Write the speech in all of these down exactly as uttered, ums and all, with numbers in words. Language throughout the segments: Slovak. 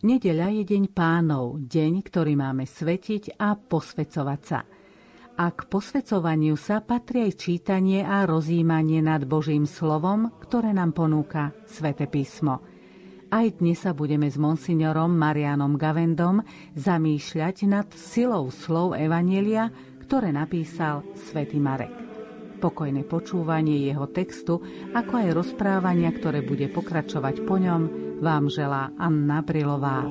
Nedeľa je deň Pánov, deň, ktorý máme svetiť a posväcovať sa. A k posväcovaniu sa patrí aj čítanie a rozjímanie nad Božím slovom, ktoré nám ponúka Sväté písmo. Aj dnes sa budeme s monsignorom Marianom Gavendom zamýšľať nad silou slov Evanjelia, ktoré napísal svätý Marek. Pokojné počúvanie jeho textu, ako aj rozprávania, ktoré bude pokračovať po ňom, vám želá Anna Brilová.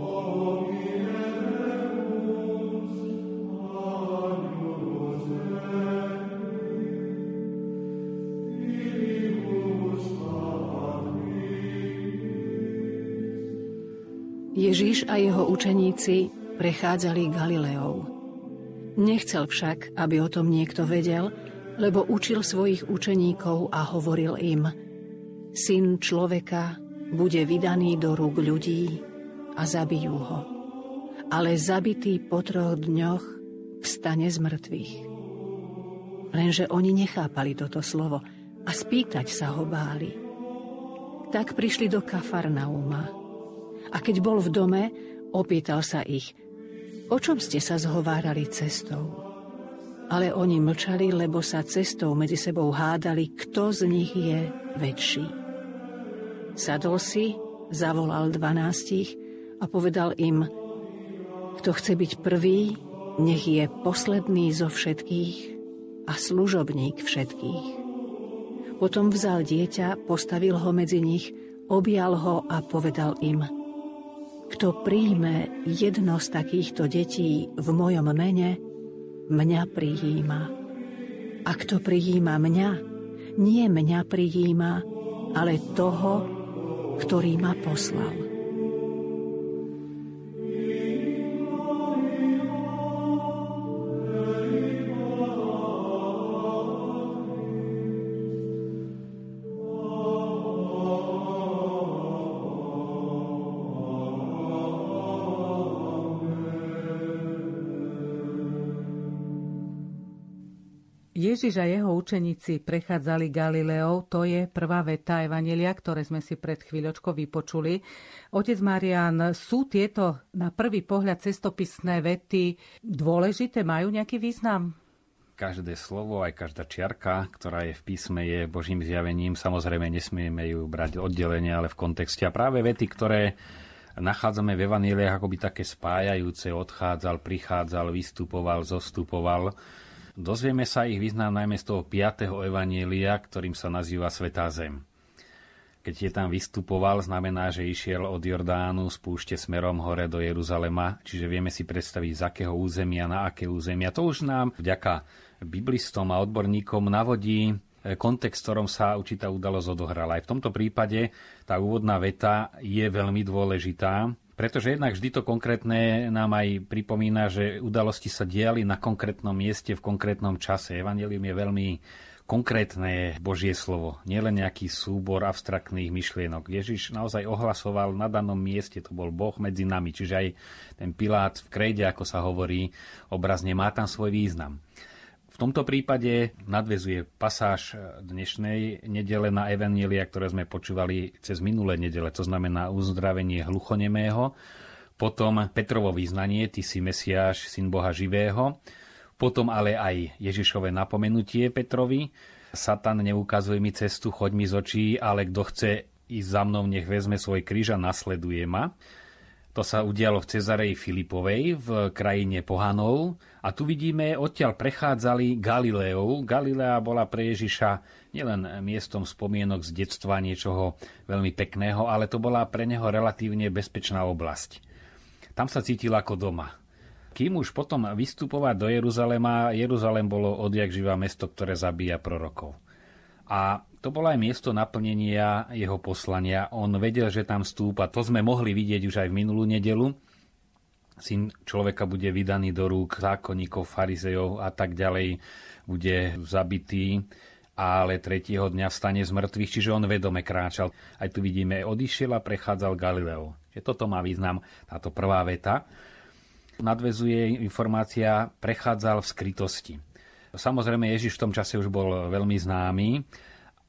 Ježiš a jeho učeníci prechádzali Galileou. Nechcel však, aby o tom niekto vedel, lebo učil svojich učeníkov a hovoril im: Syn človeka bude vydaný do rúk ľudí a zabijú ho. Ale zabitý po troch dňoch vstane z mŕtvych. Lenže oni nechápali toto slovo a spýtať sa ho báli. Tak prišli do Kafarnauma. A keď bol v dome, opýtal sa ich: O čom ste sa zhovárali cestou? Ale oni mlčali, lebo sa cestou medzi sebou hádali, kto z nich je väčší. Sadol si, zavolal dvanástich a povedal im: Kto chce byť prvý, nech je posledný zo všetkých a služobník všetkých. Potom vzal dieťa, postavil ho medzi nich, objal ho a povedal im: Kto príjme jedno z takýchto detí v mojom mene, mňa prijíma. A kto prijíma mňa, nie mňa prijíma, ale toho, ktorý ma poslal. Ježiš a jeho učeníci prechádzali Galileou, to je prvá veta Evanjelia, ktoré sme si pred chvíľočkou vypočuli. Otec Marián, sú tieto na prvý pohľad cestopisné vety dôležité, majú nejaký význam? Každé slovo, aj každá čiarka, ktorá je v písme, je Božím zjavením. Samozrejme, nesmieme ju brať oddelenie, ale v kontexte. A práve vety, ktoré nachádzame v Evanjeliách akoby také spájajúce, odchádzal, prichádzal, vystupoval, zostupoval. Dozvieme sa ich význam najmä z toho piateho evanjelia, ktorým sa nazýva Svätá zem. Keď je tam vystupoval, znamená, že išiel od Jordánu z púšte smerom hore do Jeruzalema, čiže vieme si predstaviť, z akého územia na aké územia. To už nám vďaka biblistom a odborníkom navodí kontext, v ktorom sa určitá udalosť odohrala. Aj v tomto prípade tá úvodná veta je veľmi dôležitá, pretože jednak vždy to konkrétne nám aj pripomína, že udalosti sa diali na konkrétnom mieste v konkrétnom čase. Evanjelium je veľmi konkrétne Božie slovo, nielen nejaký súbor abstraktných myšlienok. Ježiš naozaj ohlasoval na danom mieste, to bol Boh medzi nami, čiže aj ten Pilát v kréde, ako sa hovorí, obrazne má tam svoj význam. V tomto prípade nadväzuje pasáž dnešnej nedele na evanjelia, ktoré sme počúvali cez minulé nedele, to znamená uzdravenie hluchonemého, potom Petrovo vyznanie, ty si Mesiáš, syn Boha živého, potom ale aj Ježišové napomenutie Petrovi, Satan, neukazuje mi cestu, choď mi z očí, ale kto chce ísť za mnou, nech vezme svoj kríž a nasleduje ma. To sa udialo v Cezareji Filipovej v krajine pohanov a tu vidíme, odtiaľ prechádzali Galileou. Galilea bola pre Ježiša nielen miestom spomienok z detstva, niečoho veľmi pekného, ale to bola pre neho relatívne bezpečná oblasť. Tam sa cítil ako doma. Kým už potom vystupovať do Jeruzalema, Jeruzalem bolo odjak živa mesto, ktoré zabíja prorokov. A to bolo aj miesto naplnenia jeho poslania. On vedel, že tam vstúpa. To sme mohli vidieť už aj v minulú nedelu. Syn človeka bude vydaný do rúk zákonníkov, farizejov a tak ďalej. Bude zabitý, ale tretieho dňa vstane z mŕtvych, čiže on vedome kráčal. Aj tu vidíme, odišiel a prechádzal Galileou. Toto má význam, táto prvá veta. Nadväzuje informácia, prechádzal v skrytosti. Samozrejme, Ježiš v tom čase už bol veľmi známy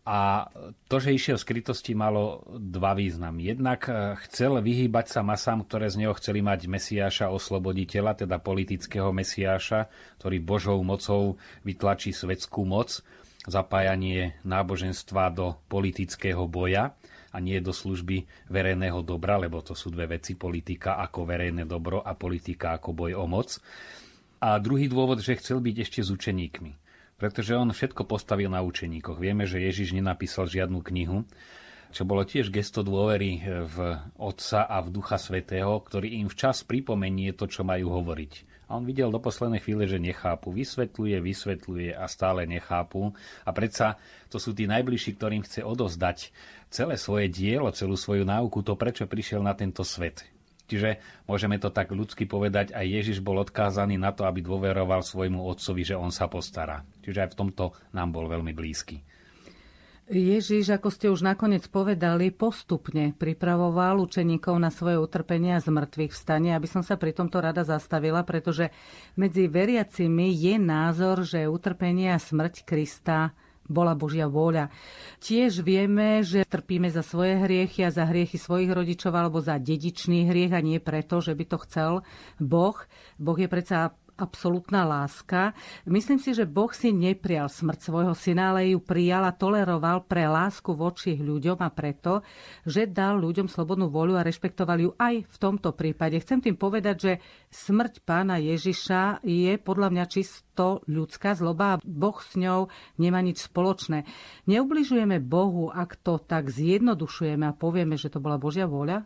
A to, že išiel v skrytosti, malo dva významy. Jednak chcel vyhýbať sa masám, ktoré z neho chceli mať Mesiáša, osloboditeľa, teda politického Mesiáša, ktorý Božou mocou vytlačí svetskú moc, zapájanie náboženstva do politického boja a nie do služby verejného dobra, lebo to sú dve veci, politika ako verejné dobro a politika ako boj o moc. A druhý dôvod, že chcel byť ešte s učeníkmi. Pretože on všetko postavil na učeníkoch. Vieme, že Ježiš nenapísal žiadnu knihu, čo bolo tiež gesto dôvery v Otca a v Ducha Svätého, ktorý im včas pripomenie to, čo majú hovoriť. A on videl do poslednej chvíle, že nechápu. Vysvetľuje, vysvetľuje a stále nechápu. A predsa to sú tí najbližší, ktorým chce odovzdať celé svoje dielo, celú svoju náuku, to, prečo prišiel na tento svet. Čiže môžeme to tak ľudsky povedať, aj Ježiš bol odkázaný na to, aby dôveroval svojmu otcovi, že on sa postará. Čiže aj v tomto nám bol veľmi blízky. Ježiš, ako ste už nakoniec povedali, postupne pripravoval učeníkov na svoje utrpenie a zmrtvých vstanie. Aby som sa pri tomto rada zastavila, pretože medzi veriacimi je názor, že utrpenie a smrť Krista bola Božia vôľa. Tiež vieme, že trpíme za svoje hriechy a za hriechy svojich rodičov alebo za dedičný hriech a nie preto, že by to chcel Boh. Boh je predsa absolútna láska. Myslím si, že Boh si neprial smrť svojho syna, ale ju prijal a toleroval pre lásku voči ľuďom a preto, že dal ľuďom slobodnú voľu a rešpektoval ju aj v tomto prípade. Chcem tým povedať, že smrť pána Ježiša je podľa mňa čisto ľudská zloba a Boh s ňou nemá nič spoločné. Neubližujeme Bohu, ak to tak zjednodušujeme a povieme, že to bola Božia vôľa?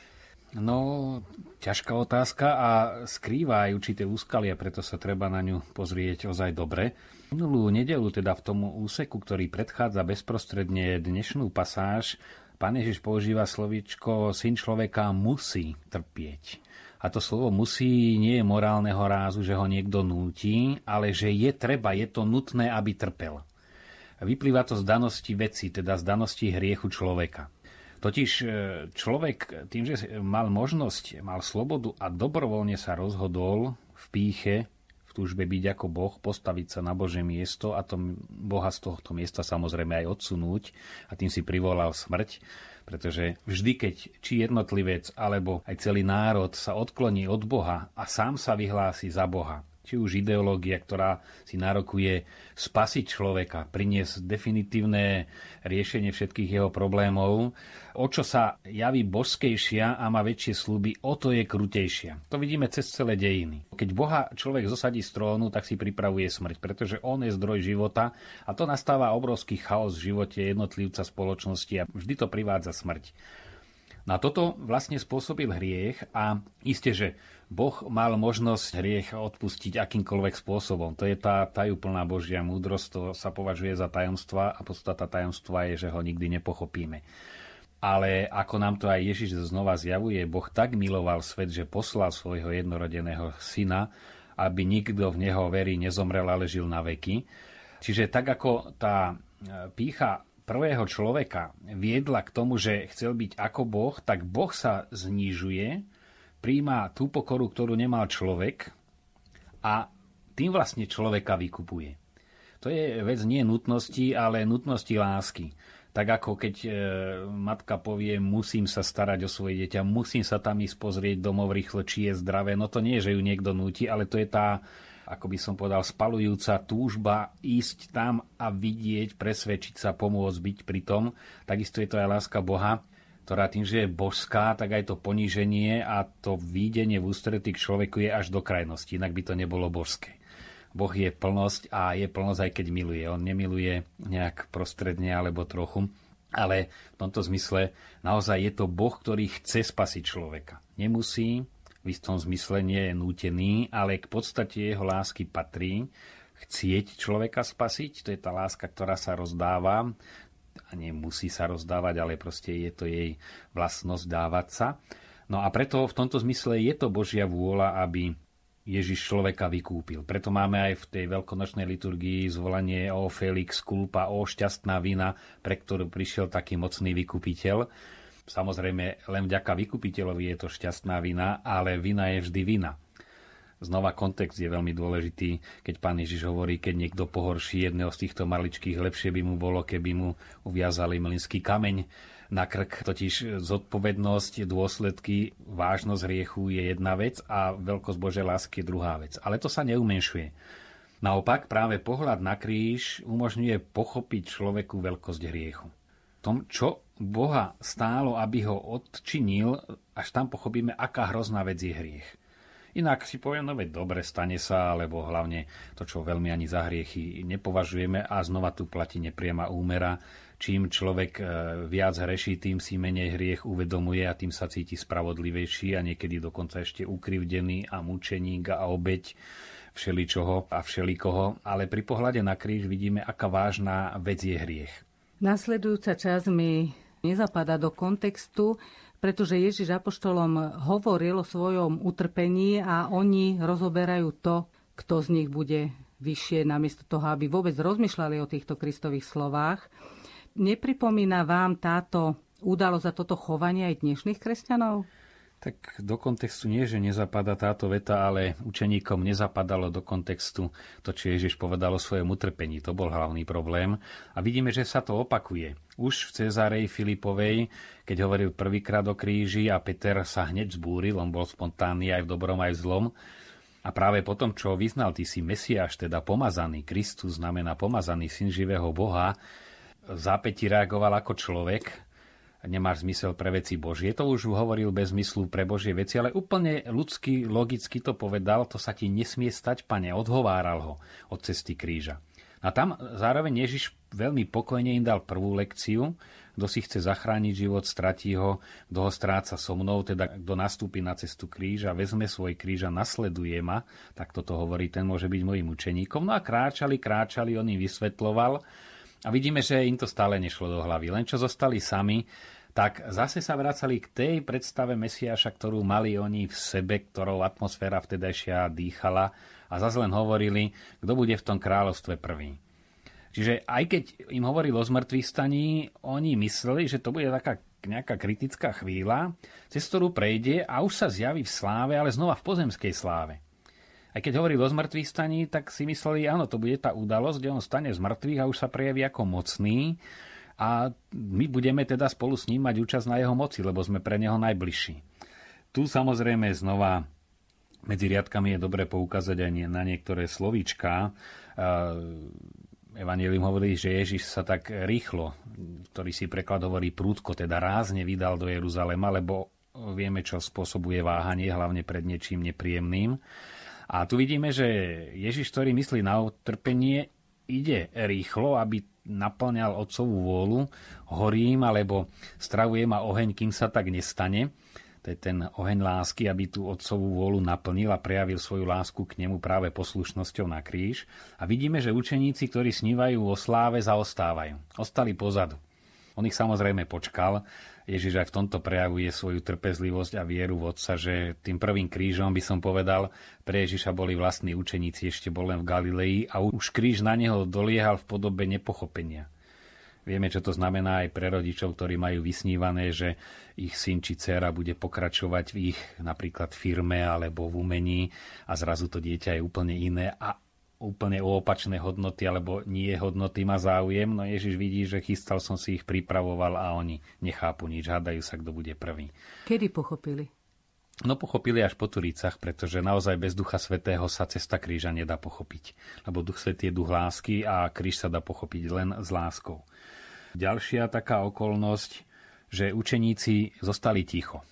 No, ťažká otázka a skrýva aj určité úskalia, preto sa treba na ňu pozrieť ozaj dobre. Minulú nedeľu, teda v tom úseku, ktorý predchádza bezprostredne dnešnú pasáž, Pán Ježiš používa slovíčko syn človeka musí trpieť. A to slovo musí nie je morálneho rázu, že ho niekto núti, ale že je treba, je to nutné, aby trpel. Vyplýva to z danosti veci, teda z danosti hriechu človeka. Totiž človek tým, že mal možnosť, mal slobodu a dobrovoľne sa rozhodol v pýche, v túžbe byť ako Boh, postaviť sa na Božie miesto a to Boha z tohto miesta samozrejme aj odsunúť a tým si privolal smrť, pretože vždy, keď či jednotlivec alebo aj celý národ sa odkloní od Boha a sám sa vyhlási za Boha, či už ideológia, ktorá si nárokuje spasiť človeka, priniesť definitívne riešenie všetkých jeho problémov, o čo sa javí božskejšia a má väčšie sľuby, o to je krutejšia. To vidíme cez celé dejiny. Keď Boha človek zosadí z trónu, tak si pripravuje smrť, pretože on je zdroj života a to nastáva obrovský chaos v živote jednotlivca spoločnosti a vždy to privádza smrť. Na toto vlastne spôsobil hriech a isté, že Boh mal možnosť hriech odpustiť akýmkoľvek spôsobom. To je tá tajúplná Božia múdrosť, to sa považuje za tajomstva a podstata tajomstva je, že ho nikdy nepochopíme. Ale ako nám to aj Ježiš znova zjavuje, Boh tak miloval svet, že poslal svojho jednorodeného syna, aby nikto v neho verí nezomrel, ale žil na veky. Čiže tak ako tá pýcha prvého človeka viedla k tomu, že chcel byť ako Boh, tak Boh sa znižuje, prijíma tú pokoru, ktorú nemal človek a tým vlastne človeka vykupuje. To je vec nie nutnosti, ale nutnosti lásky. Tak ako keď e, matka povie, musím sa starať o svoje dieťa, musím sa tam ísť pozrieť domov rýchle, či je zdravé. No to nie je, že ju niekto núti, ale to je tá, ako by som povedal, spalujúca túžba ísť tam a vidieť, presvedčiť sa, pomôcť byť pri tom. Takisto je to aj láska Boha, ktorá tým, že je božská, tak aj to poníženie a to výjdenie v ústretí k človeku je až do krajnosti, inak by to nebolo božské. Boh je plnosť a je plnosť aj keď miluje. On nemiluje nejak prostredne alebo trochu, ale v tomto zmysle naozaj je to Boh, ktorý chce spasiť človeka. Nemusí, v istom zmysle nie je nútený, ale k podstate jeho lásky patrí chcieť človeka spasiť. To je tá láska, ktorá sa rozdáva a nemusí sa rozdávať, ale proste je to jej vlastnosť dávať sa. No a preto v tomto zmysle je to Božia vôľa, aby Ježiš človeka vykúpil. Preto máme aj v tej veľkonočnej liturgii zvolanie o Felix culpa, o šťastná vina, pre ktorú prišiel taký mocný vykupiteľ. Samozrejme, len vďaka vykupiteľovi je to šťastná vina, ale vina je vždy vina. Znova kontext je veľmi dôležitý, keď Pán Ježiš hovorí, keď niekto pohorší jedného z týchto maličkých, lepšie by mu bolo, keby mu uviazali mlynský kameň na krk. Totiž zodpovednosť, dôsledky, vážnosť hriechu je jedna vec a veľkosť Božej lásky je druhá vec. Ale to sa neumenšuje. Naopak, práve pohľad na kríž umožňuje pochopiť človeku veľkosť hriechu. Tom, čo Boha stálo, aby ho odčinil, až tam pochopíme, aká hrozná vec je hriech. Inak si poviem, no veď dobre, stane sa, alebo hlavne to, čo veľmi ani za hriechy nepovažujeme a znova tu platí nepriama úmera. Čím človek viac hreší, tým si menej hriech uvedomuje a tým sa cíti spravodlivejší a niekedy dokonca ešte ukrivdený a mučeník a obeť všeličoho a všelikoho. Ale pri pohľade na kríž vidíme, aká vážna vec je hriech. Nasledujúca časť mi nezapadá do kontextu, pretože Ježiš apoštolom hovoril o svojom utrpení a oni rozoberajú to, kto z nich bude vyššie, namiesto toho, aby vôbec rozmýšľali o týchto Kristových slovách. Nepripomína vám táto udalosť a toto chovanie aj dnešných kresťanov? Tak do kontextu nie, že nezapadá táto veta, ale učeníkom nezapadalo do kontextu to, čo Ježiš povedal o svojom utrpení. To bol hlavný problém. A vidíme, že sa to opakuje. Už v Cezáreji Filipovej, keď hovoril prvýkrát o kríži a Peter sa hneď zbúril, on bol spontánny aj v dobrom, aj v zlom. A práve potom, čo vyznal, ty si Mesiáš, teda pomazaný, Kristus znamená pomazaný, syn živého Boha, v zápäti reagoval ako človek, nemáš zmysel pre veci Božie. To už hovoril bez zmyslu pre Božie veci, ale úplne ľudsky, logicky to povedal, to sa ti nesmie stať, Pane, odhováral ho od cesty kríža. A tam zároveň Ježiš veľmi pokojne im dal prvú lekciu, kto si chce zachrániť život, stratí ho, kto ho stráca so mnou, teda kto nastúpi na cestu kríža, vezme svoj kríž a nasleduje ma, tak toto hovorí, ten môže byť mojím učeníkom. No a kráčali, kráčali, on im vysvetloval. A vidíme, že im to stále nešlo do hlavy. Len čo zostali sami, tak zase sa vracali k tej predstave Mesiáša, ktorú mali oni v sebe, ktorou atmosféra vtedajšia dýchala a zase len hovorili, kto bude v tom kráľovstve prvý. Čiže aj keď im hovoril o zmrtvých staní, oni mysleli, že to bude taká nejaká kritická chvíľa, cez ktorú prejde a už sa zjaví v sláve, ale znova v pozemskej sláve. Aj keď hovoril o zmrtvých staní, tak si mysleli, áno, to bude tá udalosť, kde on stane z mŕtvych a už sa prejaví ako mocný a my budeme teda spolu s ním mať účasť na jeho moci, lebo sme pre neho najbližší. Tu samozrejme znova medzi riadkami je dobre poukázať aj na niektoré slovíčka. Evanjelium hovorí, že Ježiš sa tak rýchlo, ktorý si preklad hovorí prúdko, teda rázne vydal do Jeruzalema, lebo vieme, čo spôsobuje váhanie, hlavne pred niečím nepríjemným. A tu vidíme, že Ježiš, ktorý myslí na utrpenie, ide rýchlo, aby naplňal otcovú vôľu, horím, alebo stravuje ma oheň, kým sa tak nestane. To je ten oheň lásky, aby tú otcovú vôľu naplnil a prejavil svoju lásku k nemu práve poslušnosťou na kríž. A vidíme, že učeníci, ktorí snívajú o sláve, zaostávajú. Ostali pozadu. On ich samozrejme počkal. Ježiš aj v tomto prejavuje svoju trpezlivosť a vieru v Otca, že tým prvým krížom, by som povedal, pre Ježiša boli vlastní učeníci, ešte bol len v Galilei a už kríž na neho doliehal v podobe nepochopenia. Vieme, čo to znamená aj pre rodičov, ktorí majú vysnívané, že ich syn či dcéra bude pokračovať v ich napríklad firme alebo v umení a zrazu to dieťa je úplne iné a úplne o opačné hodnoty, alebo nie hodnoty má záujem. No Ježiš vidí, že chystal som si ich, pripravoval a oni nechápu nič, hádajú sa, kto bude prvý. Kedy pochopili? No pochopili až po Turicách, pretože naozaj bez Ducha Svätého sa cesta kríža nedá pochopiť. Lebo Duch Svätý je duch lásky a kríž sa dá pochopiť len s láskou. Ďalšia taká okolnosť, že učeníci zostali ticho.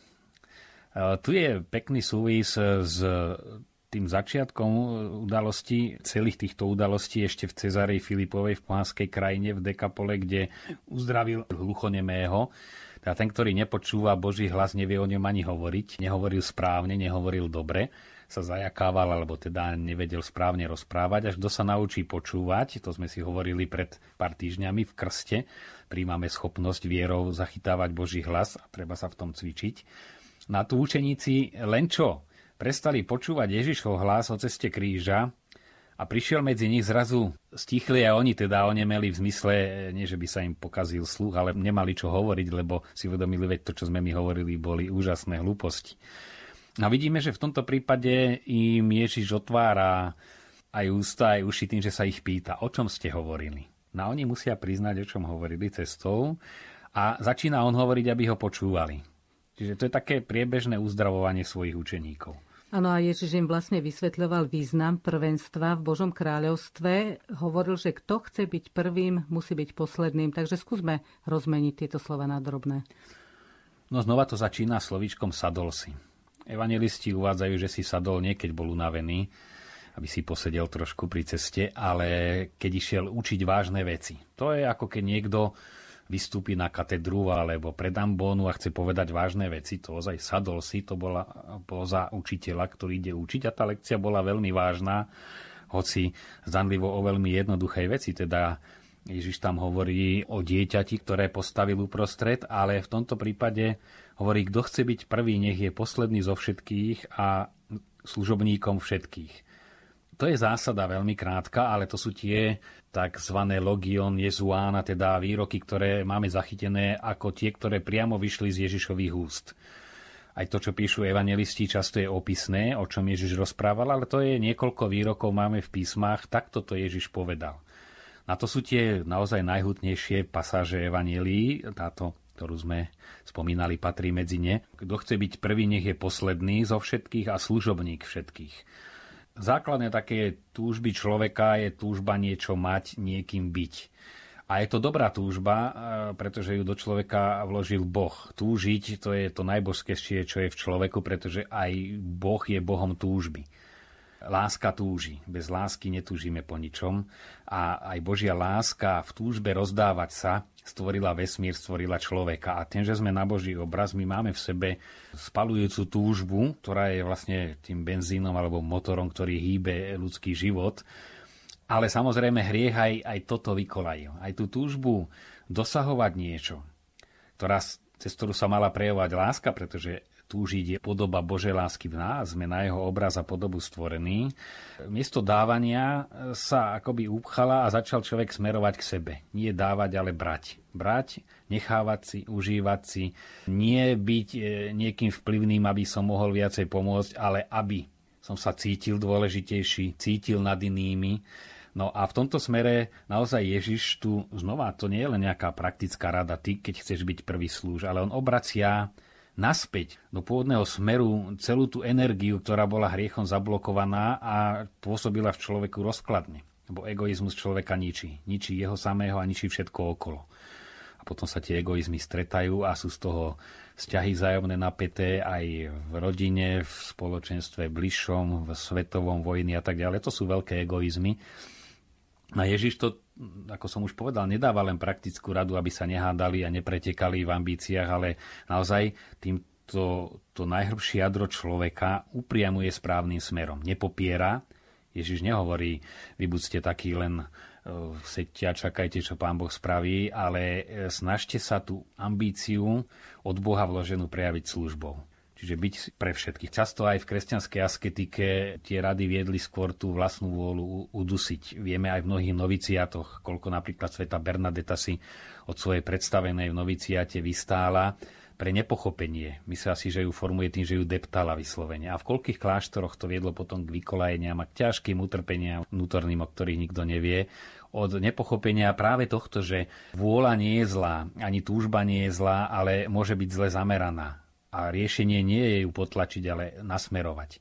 Tu je pekný súvis s tým začiatkom udalostí, celých týchto udalostí ešte v Cezáreji Filipovej v pohanskej krajine v Dekapole, kde uzdravil hluchonemého. Teda ten, ktorý nepočúva Boží hlas, nevie o ňom ani hovoriť. Nehovoril správne, nehovoril dobre, sa zajakával, alebo teda nevedel správne rozprávať. Až kto sa naučí počúvať, to sme si hovorili pred pár týždňami v krste, príjmame schopnosť vierou zachytávať Boží hlas a treba sa v tom cvičiť. Na tú učeníci len čo? Prestali počúvať Ježišov hlas o ceste kríža a prišiel medzi nich, zrazu stichli a oni teda onemeli v zmysle, nie že by sa im pokazil sluch, ale nemali čo hovoriť, lebo si uvedomili, veď to, čo sme mi hovorili, boli úžasné hlúposti. A vidíme, že v tomto prípade im Ježiš otvára aj ústa, aj uši tým, že sa ich pýta, o čom ste hovorili. No oni musia priznať, o čom hovorili cestou a začína on hovoriť, aby ho počúvali. Čiže to je také priebežné uzdravovanie svojich učeníkov. Áno, a Ježiš im vlastne vysvetľoval význam prvenstva v Božom kráľovstve. Hovoril, že kto chce byť prvým, musí byť posledným. Takže skúsme rozmeniť tieto slova na drobné. No znova to začína slovíčkom sadol si. Evangelisti uvádzajú, že si sadol nie keď bol unavený, aby si posedel trošku pri ceste, ale keď išiel učiť vážne veci. To je ako keď niekto vystúpi na katedru alebo pred ambónu a chce povedať vážne veci. To ozaj sadol si, to bola poza učiteľa, ktorý ide učiť a tá lekcia bola veľmi vážna, hoci zdanlivo o veľmi jednoduchej veci. Teda Ježiš tam hovorí o dieťati, ktoré postavil uprostred, ale v tomto prípade hovorí, kto chce byť prvý, nech je posledný zo všetkých a služobníkom všetkých. To je zásada veľmi krátka, ale to sú tie tzv. Logion Jezuána, teda výroky, ktoré máme zachytené ako tie, ktoré priamo vyšli z Ježišových úst. Aj to, čo píšu evangelisti, často je opisné, o čom Ježiš rozprával, ale to je niekoľko výrokov máme v písmach, takto to Ježiš povedal. A to sú tie naozaj najhutnejšie pasáže evanjelií, táto, ktorú sme spomínali, patrí medzi ne. Kto chce byť prvý, nech je posledný zo všetkých a služobník všetkých. Základné také túžby človeka je túžba niečo mať, niekým byť. A je to dobrá túžba, pretože ju do človeka vložil Boh. Túžiť, to je to najbožskejšie, čo je v človeku, pretože aj Boh je Bohom túžby. Láska túži. Bez lásky netúžime po ničom. A aj Božia láska v túžbe rozdávať sa stvorila vesmír, stvorila človeka. A tým, že sme na Boží obraz, my máme v sebe spalujúcu túžbu, ktorá je vlastne tým benzínom alebo motorom, ktorý hýbe ľudský život. Ale samozrejme hriech aj, aj toto vykolajú. Aj tú túžbu dosahovať niečo, ktorá, cez ktorú sa mala prejavovať láska, pretože túžiť je podoba Božej lásky v nás, sme na jeho obraz a podobu stvorení. Miesto dávania sa akoby upchala a začal človek smerovať k sebe. Nie dávať, ale brať. Brať, nechávať si, užívať si, nie byť niekým vplyvným, aby som mohol viacej pomôcť, ale aby som sa cítil dôležitejší, cítil nad inými. No a v tomto smere naozaj Ježiš tu znova, to nie je len nejaká praktická rada, ty keď chceš byť prvý slúž, ale on obracia naspäť do pôvodného smeru celú tú energiu, ktorá bola hriechom zablokovaná a pôsobila v človeku rozkladne. Lebo egoizmus človeka ničí. Ničí jeho samého a ničí všetko okolo. A potom sa tie egoizmy stretajú a sú z toho vzťahy vzájomné napäté aj v rodine, v spoločenstve bližšom, v svetovom, vojny a tak ďalej. To sú veľké egoizmy. A Ježiš to, ako som už povedal, nedáva len praktickú radu, aby sa nehádali a nepretekali v ambíciách, ale naozaj týmto to najhĺbšie jadro človeka upriamuje správnym smerom. Nepopiera. Ježiš nehovorí, vy buďte takí len sedte a čakajte, čo Pán Boh spraví, ale snažte sa tú ambíciu od Boha vloženú prejaviť službou. Čiže byť pre všetkých. Často aj v kresťanskej asketike tie rady viedli skôr tú vlastnú vôľu udusiť. Vieme aj v mnohých noviciátoch, koľko napríklad svätá Bernadeta si od svojej predstavenej v noviciáte vystála pre nepochopenie. Myslia si, že ju formuje tým, že ju deptala vyslovene. A v koľkých kláštoroch to viedlo potom k vykolajeniam a k ťažkým utrpeniam vnútorným, o ktorých nikto nevie. Od nepochopenia práve tohto, že vôľa nie je zlá, ani túžba nie je zlá, ale môže byť zle zameraná. A riešenie nie je ju potlačiť, ale nasmerovať.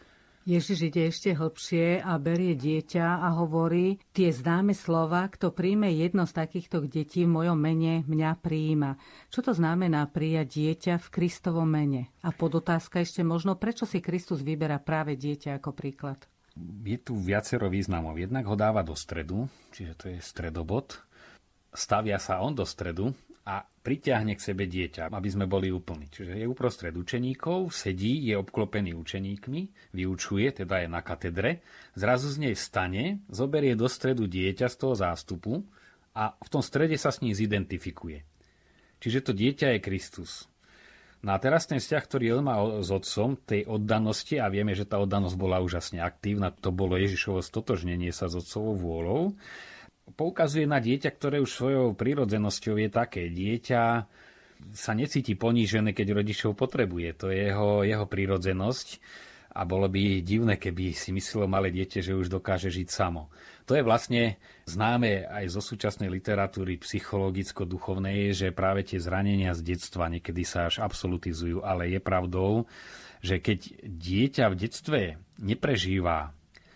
Ježiš ide ešte hlbšie a berie dieťa a hovorí tie známe slova, kto príjme jedno z takýchto detí v mojom mene, mňa prijíma. Čo to znamená prijať dieťa v Kristovom mene? A podotázka ešte možno, prečo si Kristus vyberá práve dieťa ako príklad? Je tu viacero významov. Jednak ho dáva do stredu, čiže to je stredobod. Stavia sa on do stredu a pritiahne k sebe dieťa, aby sme boli úplní. Čiže je uprostred učeníkov, sedí, je obklopený učeníkmi, vyučuje, teda je na katedre, zrazu z nej vstane, zoberie do stredu dieťa z toho zástupu a v tom strede sa s ním zidentifikuje. Čiže to dieťa je Kristus. No a teraz ten vzťah, ktorý on má s otcom, tej oddanosti, a vieme, že tá oddanosť bola úžasne aktívna, to bolo Ježišovo stotožnenie sa s otcovou vôľou, poukazuje na dieťa, ktoré už svojou prírodzenosťou je také. Dieťa sa necíti ponížené, keď rodičov potrebuje. To je jeho, jeho prírodzenosť a bolo by divné, keby si myslelo malé dieťa, že už dokáže žiť samo. To je vlastne známe aj zo súčasnej literatúry psychologicko-duchovnej, že práve tie zranenia z detstva niekedy sa až absolutizujú, ale je pravdou, že keď dieťa v detstve neprežíva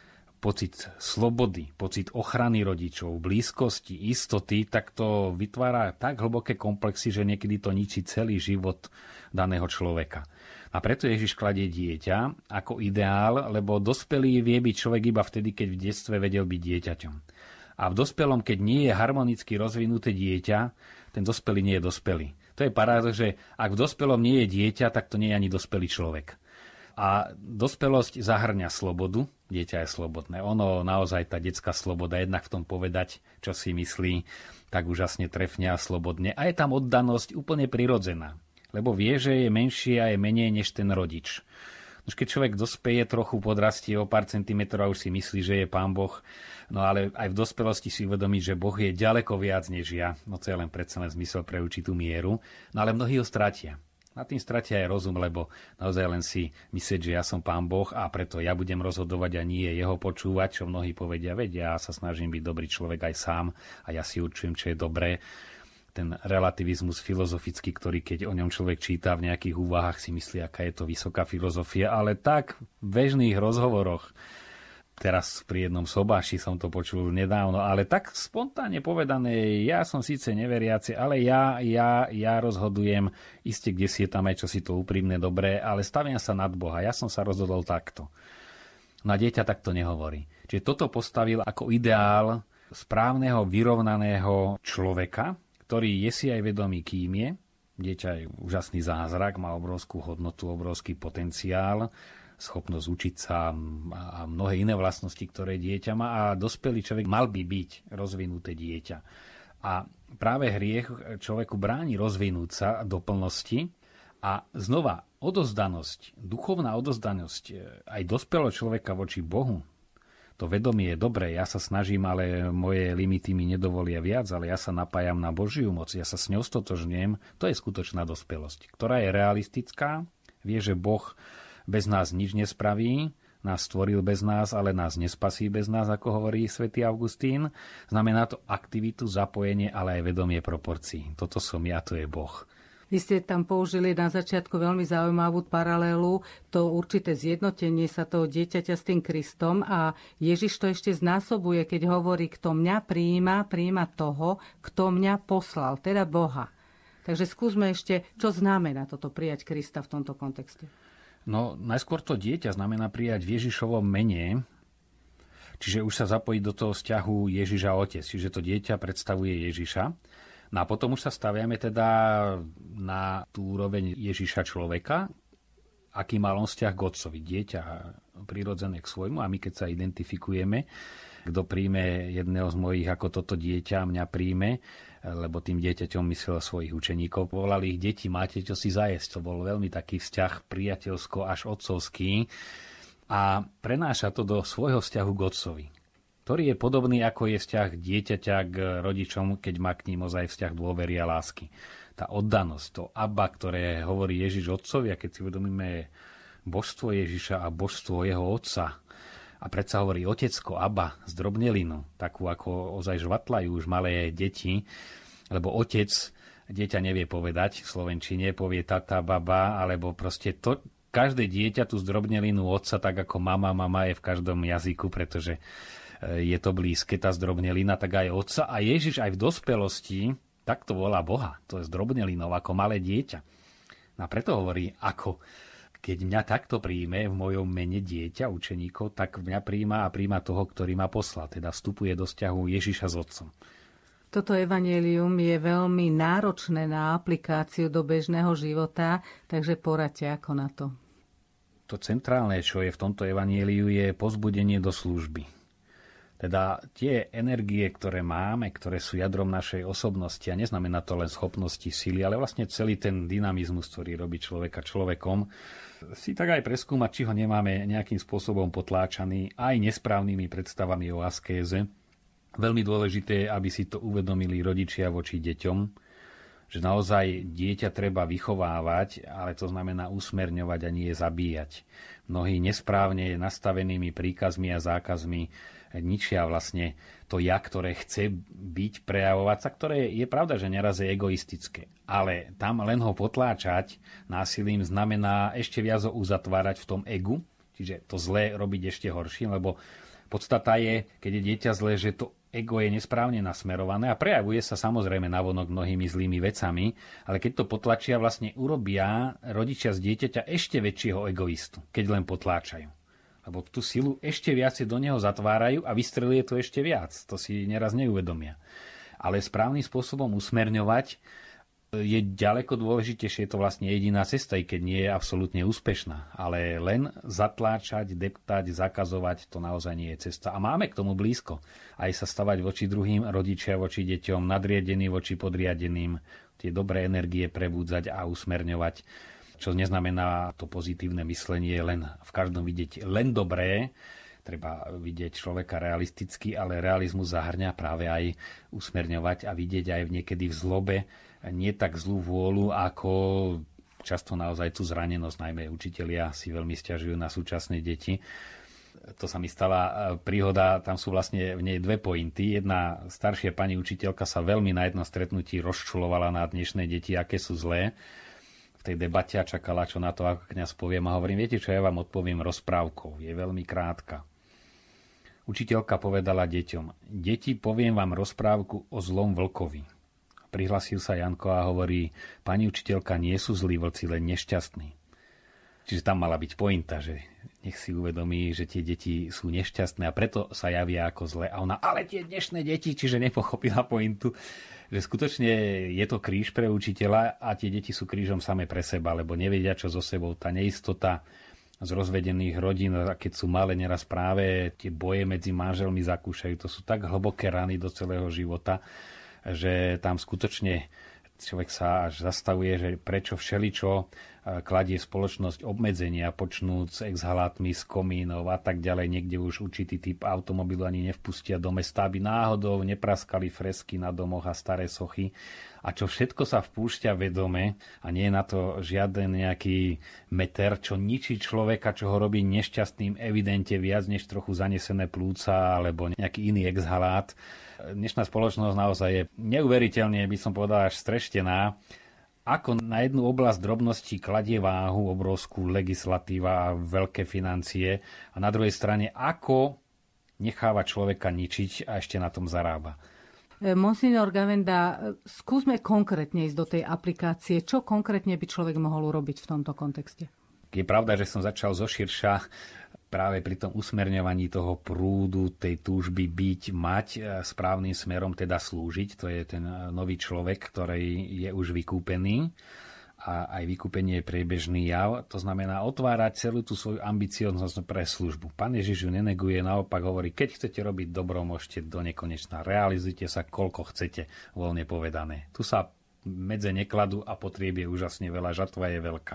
pocit slobody, pocit ochrany rodičov, blízkosti, istoty, tak to vytvára tak hlboké komplexy, že niekedy to ničí celý život daného človeka. A preto Ježiš kladie dieťa ako ideál, lebo dospelý vie byť človek iba vtedy, keď v detstve vedel byť dieťaťom. A v dospelom, keď nie je harmonicky rozvinuté dieťa, ten dospelý nie je dospelý. To je paradox, že ak v dospelom nie je dieťa, tak to nie je ani dospelý človek. A dospelosť zahŕňa slobodu, dieťa je slobodné. Ono naozaj, tá detská sloboda, jednak v tom povedať, čo si myslí, tak úžasne trefne a slobodne. A je tam oddanosť úplne prirodzená, lebo vie, že je menšie a je menej než ten rodič. Už keď človek dospeje, trochu podrastie o pár centimetrov a už si myslí, že je Pán Boh, no ale aj v dospelosti si uvedomí, že Boh je ďaleko viac než ja. No to je len predsa len zmysel pre určitú mieru. No ale mnohí ho stratia. Na tým stratia aj rozum, lebo naozaj len si myslieť, že ja som Pán Boh a preto ja budem rozhodovať a nie jeho počúvať, čo mnohí povedia, veď ja sa snažím byť dobrý človek aj sám a ja si určujem, čo je dobré. Ten relativizmus filozofický, ktorý keď o ňom človek číta v nejakých úvahách, si myslí, aká je to vysoká filozofia, ale tak v bežných rozhovoroch, teraz pri jednom sobáši som to počul nedávno, ale tak spontánne povedané, ja som síce neveriaci, ale ja, ja, ja rozhodujem, iste kde si je tam aj čo si to úprimné dobré, ale staviam sa nad Boha, ja som sa rozhodol takto. No a dieťa takto nehovorí. Čiže toto postavil ako ideál správneho, vyrovnaného človeka, ktorý je si aj vedomý, kým je. Dieťa je úžasný zázrak, má obrovskú hodnotu, obrovský potenciál, schopnosť učiť sa a mnohé iné vlastnosti, ktoré dieťa má, a dospelý človek mal by byť rozvinuté dieťa. A práve hriech človeku bráni rozvinúť sa do plnosti a znova odozdanosť, duchovná odozdanosť aj dospelého človeka voči Bohu. To vedomie je dobré, ja sa snažím, ale moje limity mi nedovolia viac, ale ja sa napájam na Božiu moc, ja sa s ňou stotožňujem, to je skutočná dospelosť, ktorá je realistická, vie, že Boh bez nás nič nespraví, nás stvoril bez nás, ale nás nespasí bez nás, ako hovorí svätý Augustín. Znamená to aktivitu, zapojenie, ale aj vedomie proporcií. Toto som ja, to je Boh. Vy ste tam použili na začiatku veľmi zaujímavú paralelu, to určité zjednotenie sa toho dieťaťa s tým Kristom, a Ježiš to ešte znásobuje, keď hovorí, kto mňa prijíma, prijíma toho, kto mňa poslal, teda Boha. Takže skúsme ešte, čo znamená toto prijať Krista v tomto kontexte. No, najskôr to dieťa znamená prijať v Ježišovom mene, čiže už sa zapojiť do toho vzťahu Ježiš a Otec, čiže to dieťa predstavuje Ježiša. No a potom už sa staviame teda na tú úroveň Ježiša človeka, aký mal on vzťah k Otcovi. Dieťa prirodzené k svojmu, a my keď sa identifikujeme, kto príjme jedného z mojich ako toto dieťa, mňa príjme, lebo tým dieťaťom myslel svojich učeníkov. Volali ich, deti, máte čo si zajesť. To bol veľmi taký vzťah priateľsko až otcovský a prenáša to do svojho vzťahu k Otcovi, ktorý je podobný, ako je vzťah dieťaťa k rodičom, keď má k ním ozaj vzťah dôvery a lásky. Tá oddanosť, to Abba, ktoré hovorí Ježiš Otcovi, a keď si uvedomíme božstvo Ježiša a božstvo jeho Otca, a predsa hovorí Otecko, Abba, zdrobnelinu, takú ako ozaj žvatlajú už malé deti, lebo otec, dieťa nevie povedať v slovenčine, povie tata, baba, alebo proste to, každé dieťa tú zdrobnelinu otca, tak ako mama, mama je v každom jazyku, pretože je to blízke, tá zdrobnelina, tak aj otca. A Ježiš aj v dospelosti takto volá Boha, to je zdrobnelinou, ako malé dieťa. A preto hovorí, ako keď mňa takto príjme v mojom mene dieťa, učeníkov, tak mňa príjma a príjma toho, ktorý ma poslal. Teda vstupuje do vzťahu Ježiša s Otcom. Toto evanjelium je veľmi náročné na aplikáciu do bežného života, takže poradte, ako na to. To centrálne, čo je v tomto evanjeliu, je povzbudenie do služby. Teda tie energie, ktoré máme, ktoré sú jadrom našej osobnosti, a neznamená to len schopnosti, síly, ale vlastne celý ten dynamizmus, ktorý robí človeka človekom, si tak aj preskúmať, či ho nemáme nejakým spôsobom potláčaný aj nesprávnymi predstavami o askéze. Veľmi dôležité je, aby si to uvedomili rodičia voči deťom, že naozaj dieťa treba vychovávať, ale to znamená usmerňovať a nie zabíjať. Mnohí nesprávne nastavenými príkazmi a zákazmi ničia vlastne to ja, ktoré chce byť, prejavovať sa, ktoré je pravda, že neraz je egoistické. Ale tam len ho potláčať násilím znamená ešte viac ho uzatvárať v tom egu, čiže to zlé robiť ešte horším, lebo podstata je, keď je dieťa zlé, že to ego je nesprávne nasmerované a prejavuje sa samozrejme navonok mnohými zlými vecami, ale keď to potlačia, vlastne urobia rodičia z dieťaťa ešte väčšieho egoistu, keď len potláčajú. Lebo tú silu ešte viac do neho zatvárajú a vystreluje to ešte viac. To si neraz neuvedomia. Ale správnym spôsobom usmerňovať je ďaleko dôležitejšie, je to vlastne jediná cesta, i keď nie je absolútne úspešná. Ale len zatláčať, deptať, zakazovať, to naozaj nie je cesta. A máme k tomu blízko. Aj sa stavať voči druhým, rodičia voči deťom, nadriadení voči podriadeným, tie dobré energie prebúdzať a usmerňovať. Čo neznamená to pozitívne myslenie len v každom vidieť len dobré. Treba vidieť človeka realisticky, ale realizmus zahrňa práve aj usmerňovať a vidieť aj niekedy v zlobe nie tak zlú vôľu, ako často naozaj tú zranenosť, najmä učitelia si veľmi sťažujú na súčasné deti. To sa mi stala príhoda, tam sú vlastne v nej dve pointy. Jedna staršia pani učiteľka sa veľmi na jednom stretnutí rozčulovala na dnešné deti, aké sú zlé. V tej debate a čakala, čo na to ako kňaz poviem. A hovorím, viete čo, ja vám odpoviem rozprávkou. Je veľmi krátka. Učiteľka povedala deťom, deti, poviem vám rozprávku o zlom vlkovi. Prihlasil sa Janko a hovorí, pani učiteľka, nie sú zlí vlci, len nešťastní. Čiže tam mala byť pointa, že nech si uvedomí, že tie deti sú nešťastné a preto sa javia ako zlé. A ona, ale tie dnešné deti, čiže nepochopila pointu, že skutočne je to kríž pre učiteľa a tie deti sú krížom same pre seba, lebo nevedia, čo so sebou. Tá neistota z rozvedených rodín, keď sú malé, neraz práve tie boje medzi manželmi zakúšajú. To sú tak hlboké rany do celého života, že tam skutočne človek sa až zastavuje, že prečo všeličo kladie spoločnosť obmedzenia, počnúť s exhalátmi z komínov a tak ďalej. Niekde už určitý typ automobilu ani nevpustia do mesta, aby náhodou nepraskali fresky na domoch a staré sochy. A čo všetko sa vpúšťa vedome a nie je na to žiaden nejaký meter, čo ničí človeka, čo ho robí nešťastným evidente viac než trochu zanesené plúca alebo nejaký iný exhalát. Dnešná spoločnosť naozaj je neuveriteľne, by som povedal, až streštená. Ako na jednu oblasť drobností kladie váhu obrovskú legislatíva a veľké financie a na druhej strane ako necháva človeka ničiť a ešte na tom zarába. Monsignor Gavenda, skúsme konkrétne ísť do tej aplikácie. Čo konkrétne by človek mohol urobiť v tomto kontexte? Je pravda, že som začal zoširša práve pri tom usmerňovaní toho prúdu, tej túžby byť, mať správnym smerom, teda slúžiť. To je ten nový človek, ktorý je už vykúpený. A aj vykúpenie je priebežný jav. To znamená otvárať celú tú svoju ambicioznosť pre službu. Pán Ježiš ju neneguje, naopak hovorí, keď chcete robiť dobro, môžete do nekonečna. Realizujte sa, koľko chcete, voľne povedané. Tu sa medze nekladú a potrieb je úžasne veľa, žatva je veľká.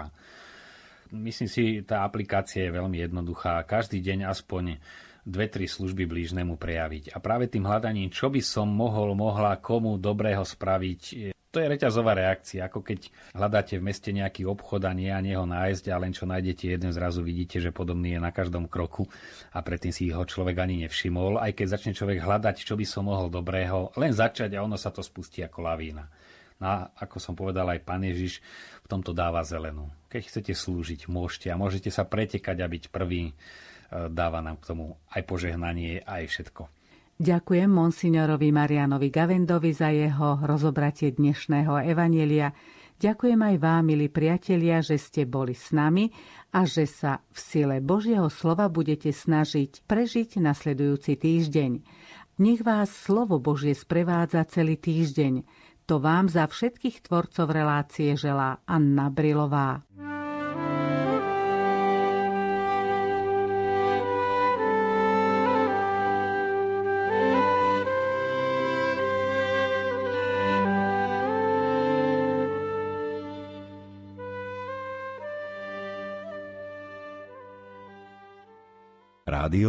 Myslím si, tá aplikácia je veľmi jednoduchá. Každý deň aspoň dve, tri služby blížnemu prejaviť. A práve tým hľadaním, čo by som mohol, mohla komu dobrého spraviť, to je reťazová reakcia, ako keď hľadáte v meste nejaký obchod a nie a nie ho nájsť a len čo nájdete jeden, zrazu vidíte, že podobný je na každom kroku a predtým si ho človek ani nevšimol. Aj keď začne človek hľadať, čo by som mohol dobrého, len začať a ono sa to spustí ako lavína. No a ako som povedal, aj Pán Ježiš v tomto dáva zelenú. Keď chcete slúžiť, môžete a môžete sa pretekať a byť prvý, dáva nám k tomu aj požehnanie, aj všetko. Ďakujem monsignorovi Marianovi Gavendovi za jeho rozobratie dnešného evanjelia. Ďakujem aj vám, milí priatelia, že ste boli s nami a že sa v sile Božieho slova budete snažiť prežiť nasledujúci týždeň. Nech vás slovo Božie sprevádza celý týždeň. To vám za všetkých tvorcov relácie želá Anna Brilová. Rádio